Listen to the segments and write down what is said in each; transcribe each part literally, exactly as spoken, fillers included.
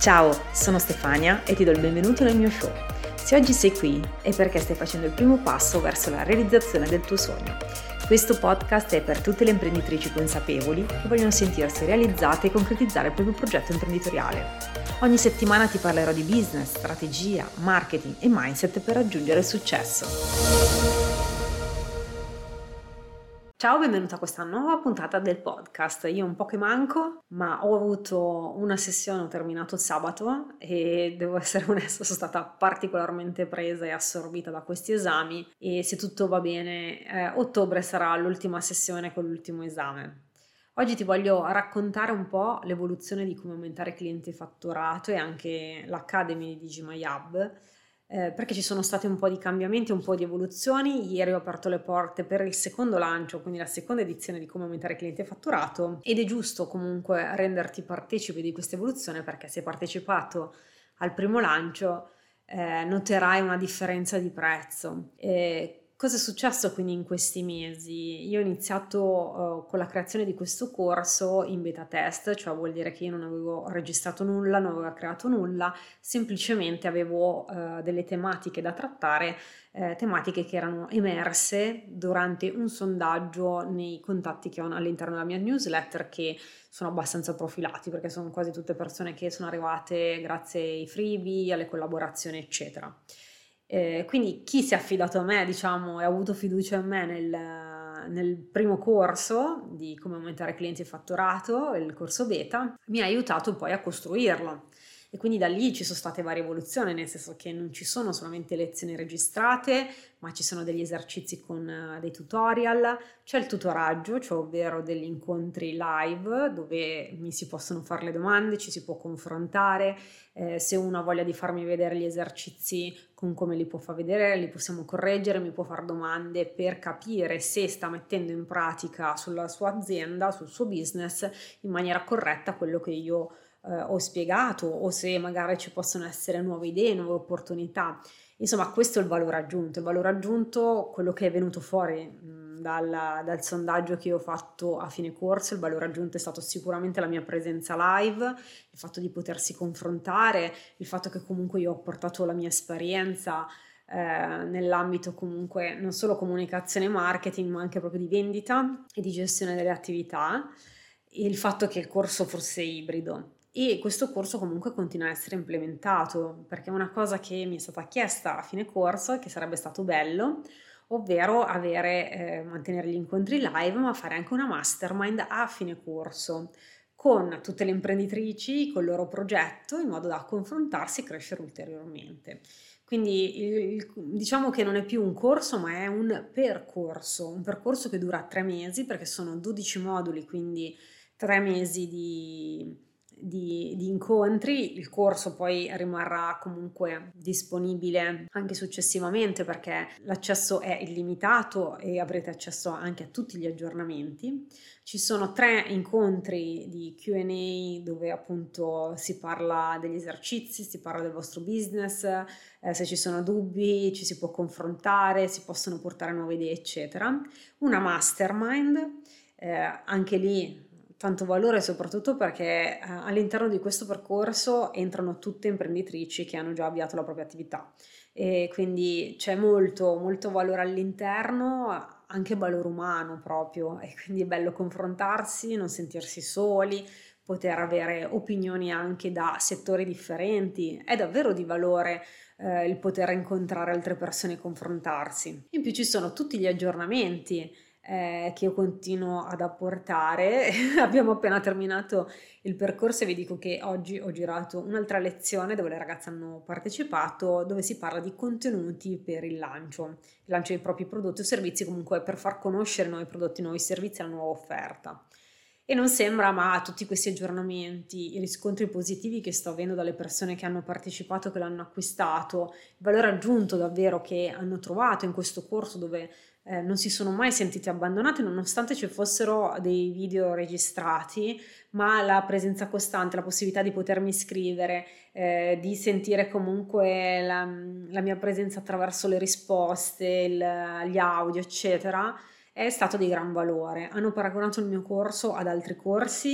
Ciao, sono Stefania e ti do il benvenuto nel mio show. Se oggi sei qui è perché stai facendo il primo passo verso la realizzazione del tuo sogno. Questo podcast è per tutte le imprenditrici consapevoli che vogliono sentirsi realizzate e concretizzare il proprio progetto imprenditoriale. Ogni settimana ti parlerò di business, strategia, marketing e mindset per raggiungere il successo. Ciao, benvenuta a questa nuova puntata del podcast. Io un po' che manco, ma ho avuto una sessione, ho terminato sabato e devo essere onesta, sono stata particolarmente presa e assorbita da questi esami e se tutto va bene, eh, ottobre sarà l'ultima sessione con l'ultimo esame. Oggi ti voglio raccontare un po' l'evoluzione di come aumentare clienti fatturato e anche l'Academy di DigiMyHub. Eh, perché ci sono stati un po' di cambiamenti, un po' di evoluzioni. Ieri ho aperto le porte per il secondo lancio, quindi la seconda edizione di come aumentare clienti e fatturato, ed è giusto comunque renderti partecipe di questa evoluzione, perché se hai partecipato al primo lancio eh, noterai una differenza di prezzo. E cosa è successo quindi in questi mesi? Io ho iniziato uh, con la creazione di questo corso in beta test, cioè vuol dire che io non avevo registrato nulla, non avevo creato nulla, semplicemente avevo uh, delle tematiche da trattare, eh, tematiche che erano emerse durante un sondaggio nei contatti che ho all'interno della mia newsletter, che sono abbastanza profilati perché sono quasi tutte persone che sono arrivate grazie ai freebie, alle collaborazioni, eccetera. Eh, quindi chi si è affidato a me, diciamo, e ha avuto fiducia in me nel, nel primo corso di come aumentare clienti e fatturato, il corso beta, mi ha aiutato poi a costruirlo. E quindi da lì ci sono state varie evoluzioni, nel senso che non ci sono solamente lezioni registrate, ma ci sono degli esercizi con uh, dei tutorial, c'è il tutoraggio, cioè ovvero degli incontri live dove mi si possono fare le domande, ci si può confrontare, eh, se uno ha voglia di farmi vedere gli esercizi con come li può far vedere, li possiamo correggere, mi può fare domande per capire se sta mettendo in pratica sulla sua azienda, sul suo business in maniera corretta quello che io eh, ho spiegato, o se magari ci possono essere nuove idee, nuove opportunità. Insomma, questo è il valore aggiunto, il valore aggiunto, quello che è venuto fuori mh, dal, dal sondaggio che io ho fatto a fine corso. Il valore aggiunto è stato sicuramente la mia presenza live, il fatto di potersi confrontare, il fatto che comunque io ho portato la mia esperienza eh, nell'ambito comunque non solo comunicazione e marketing, ma anche proprio di vendita e di gestione delle attività, e il fatto che il corso fosse ibrido. E questo corso comunque continua a essere implementato, perché è una cosa che mi è stata chiesta a fine corso e che sarebbe stato bello, ovvero avere, eh, mantenere gli incontri live, ma fare anche una mastermind a fine corso con tutte le imprenditrici, col loro progetto, in modo da confrontarsi e crescere ulteriormente. Quindi il, il, diciamo che non è più un corso, ma è un percorso, un percorso che dura tre mesi, perché sono dodici moduli, quindi tre mesi di... Di, di incontri. Il corso poi rimarrà comunque disponibile anche successivamente, perché l'accesso è illimitato e avrete accesso anche a tutti gli aggiornamenti. Ci sono tre incontri di Q and A dove appunto si parla degli esercizi, si parla del vostro business, eh, se ci sono dubbi ci si può confrontare, si possono portare nuove idee, eccetera. Una mastermind, eh, anche lì tanto valore, soprattutto perché eh, all'interno di questo percorso entrano tutte imprenditrici che hanno già avviato la propria attività, e quindi c'è molto, molto valore all'interno, anche valore umano proprio, e quindi è bello confrontarsi, non sentirsi soli, poter avere opinioni anche da settori differenti. È davvero di valore eh, il poter incontrare altre persone e confrontarsi. In più ci sono tutti gli aggiornamenti Eh, che io continuo ad apportare. Abbiamo appena terminato il percorso e vi dico che oggi ho girato un'altra lezione dove le ragazze hanno partecipato, dove si parla di contenuti per il lancio, il lancio dei propri prodotti o servizi, comunque per far conoscere nuovi prodotti, nuovi servizi e la nuova offerta. E non sembra, ma tutti questi aggiornamenti, i riscontri positivi che sto avendo dalle persone che hanno partecipato, che l'hanno acquistato, il valore aggiunto davvero che hanno trovato in questo corso, dove eh, non si sono mai sentiti abbandonati nonostante ci fossero dei video registrati, ma la presenza costante, la possibilità di potermi scrivere, eh, di sentire comunque la, la mia presenza attraverso le risposte, il, gli audio, eccetera, è stato di gran valore. Hanno paragonato il mio corso ad altri corsi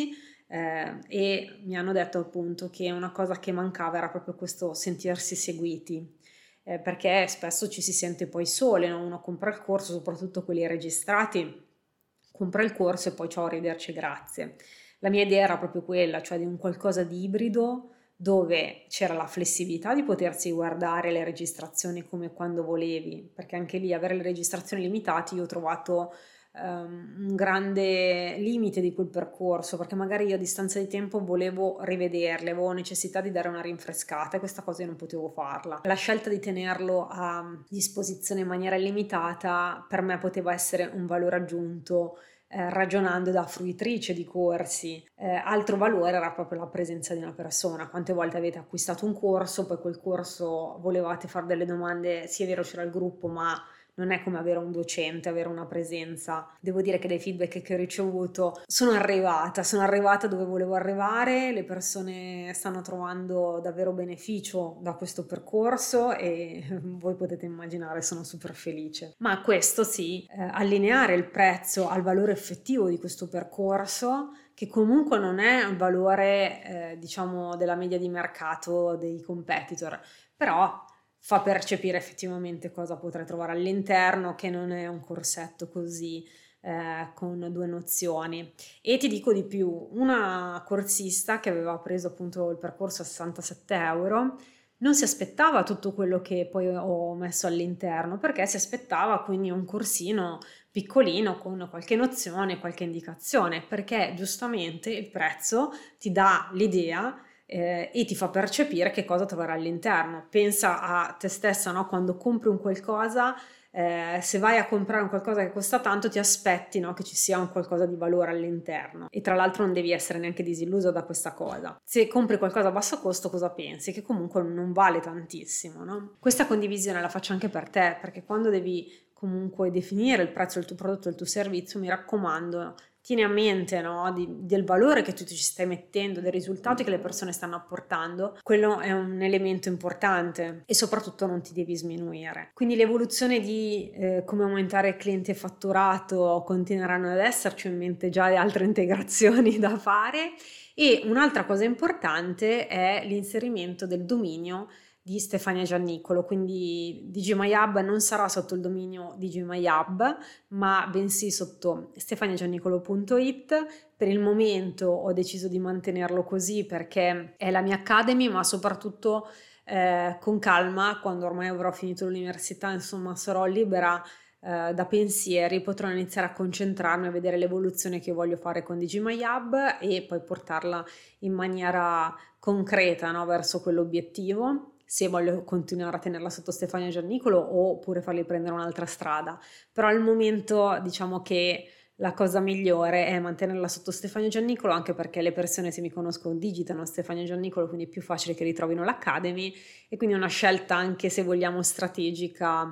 eh, e mi hanno detto appunto che una cosa che mancava era proprio questo sentirsi seguiti, eh, perché spesso ci si sente poi sole, no? Uno compra il corso, soprattutto quelli registrati, compra il corso e poi ciao, arrivederci, grazie. La mia idea era proprio quella, cioè di un qualcosa di ibrido, dove c'era la flessibilità di potersi guardare le registrazioni come quando volevi, perché anche lì avere le registrazioni limitate io ho trovato um, un grande limite di quel percorso, perché magari io a distanza di tempo volevo rivederle, avevo necessità di dare una rinfrescata e questa cosa io non potevo farla. La scelta di tenerlo a disposizione in maniera illimitata per me poteva essere un valore aggiunto, Eh, ragionando da fruitrice di corsi. Eh, altro valore era proprio la presenza di una persona. Quante volte avete acquistato un corso, poi quel corso volevate fare delle domande, sì è vero c'era il gruppo, ma non è come avere un docente, avere una presenza. Devo dire che dai feedback che ho ricevuto sono arrivata, sono arrivata dove volevo arrivare, le persone stanno trovando davvero beneficio da questo percorso e voi potete immaginare, sono super felice. Ma questo sì, eh, allineare il prezzo al valore effettivo di questo percorso, che comunque non è un valore eh, diciamo della media di mercato dei competitor, però fa percepire effettivamente cosa potrai trovare all'interno, che non è un corsetto così eh, con due nozioni. E ti dico di più, una corsista che aveva preso appunto il percorso a sessantasette euro non si aspettava tutto quello che poi ho messo all'interno, perché si aspettava quindi un corsino piccolino con qualche nozione, qualche indicazione, perché giustamente il prezzo ti dà l'idea Eh, e ti fa percepire che cosa troverai all'interno. Pensa a te stessa, no? Quando compri un qualcosa, eh, se vai a comprare un qualcosa che costa tanto, ti aspetti, no? Che ci sia un qualcosa di valore all'interno, e tra l'altro non devi essere neanche disilluso da questa cosa. Se compri qualcosa a basso costo, cosa pensi? Che comunque non vale tantissimo, no? Questa condivisione la faccio anche per te, perché quando devi comunque definire il prezzo del tuo prodotto, del tuo servizio, mi raccomando, tieni a mente, no, di, del valore che tu ci stai mettendo, dei risultati che le persone stanno apportando. Quello è un elemento importante e soprattutto non ti devi sminuire. Quindi l'evoluzione di eh, come aumentare il cliente fatturato continueranno ad esserci, in mente già le altre integrazioni da fare. E un'altra cosa importante è l'inserimento del dominio di Stefania Giannicolo, quindi DigiMyHub non sarà sotto il dominio DigiMyHub, ma bensì sotto stefania giannicolo punto it. Per il momento ho deciso di mantenerlo così perché è la mia academy, ma soprattutto eh, con calma, quando ormai avrò finito l'università, insomma sarò libera eh, da pensieri, potrò iniziare a concentrarmi a vedere l'evoluzione che voglio fare con DigiMyHub e poi portarla in maniera concreta, no, verso quell'obiettivo, se voglio continuare a tenerla sotto Stefania Giannicolo oppure fargli prendere un'altra strada. Però al momento diciamo che la cosa migliore è mantenerla sotto Stefania Giannicolo, anche perché le persone, se mi conoscono, digitano Stefania Giannicolo, quindi è più facile che ritrovino l'Academy, e quindi è una scelta anche, se vogliamo, strategica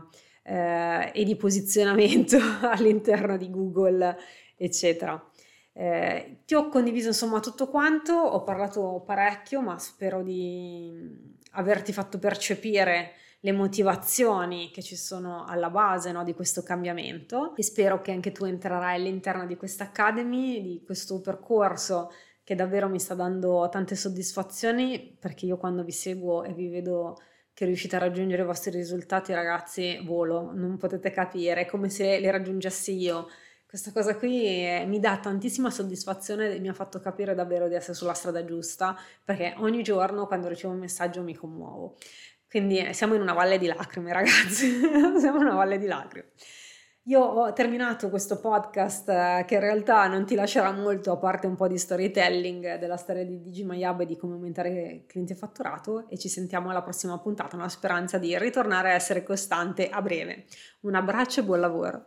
eh, e di posizionamento all'interno di Google, eccetera. Eh, ti ho condiviso insomma tutto quanto, ho parlato parecchio, ma spero di averti fatto percepire le motivazioni che ci sono alla base, no, di questo cambiamento, e spero che anche tu entrerai all'interno di questa Academy, di questo percorso che davvero mi sta dando tante soddisfazioni, perché io quando vi seguo e vi vedo che riuscite a raggiungere i vostri risultati, ragazzi, volo, non potete capire, è come se li raggiungessi io. Questa cosa qui eh, mi dà tantissima soddisfazione e mi ha fatto capire davvero di essere sulla strada giusta, perché ogni giorno quando ricevo un messaggio mi commuovo. Quindi eh, siamo in una valle di lacrime, ragazzi, siamo in una valle di lacrime. Io ho terminato questo podcast eh, che in realtà non ti lascerà molto, a parte un po' di storytelling della storia di DigiMyHub e di come aumentare il cliente fatturato, e ci sentiamo alla prossima puntata, nella speranza di ritornare a essere costante a breve. Un abbraccio e buon lavoro!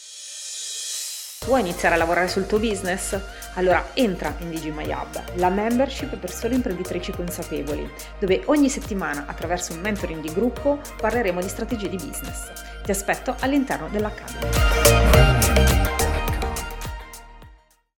Vuoi iniziare a lavorare sul tuo business? Allora entra in DigiMyHub, la membership per sole imprenditrici consapevoli, dove ogni settimana, attraverso un mentoring di gruppo, parleremo di strategie di business. Ti aspetto all'interno dell'Academy.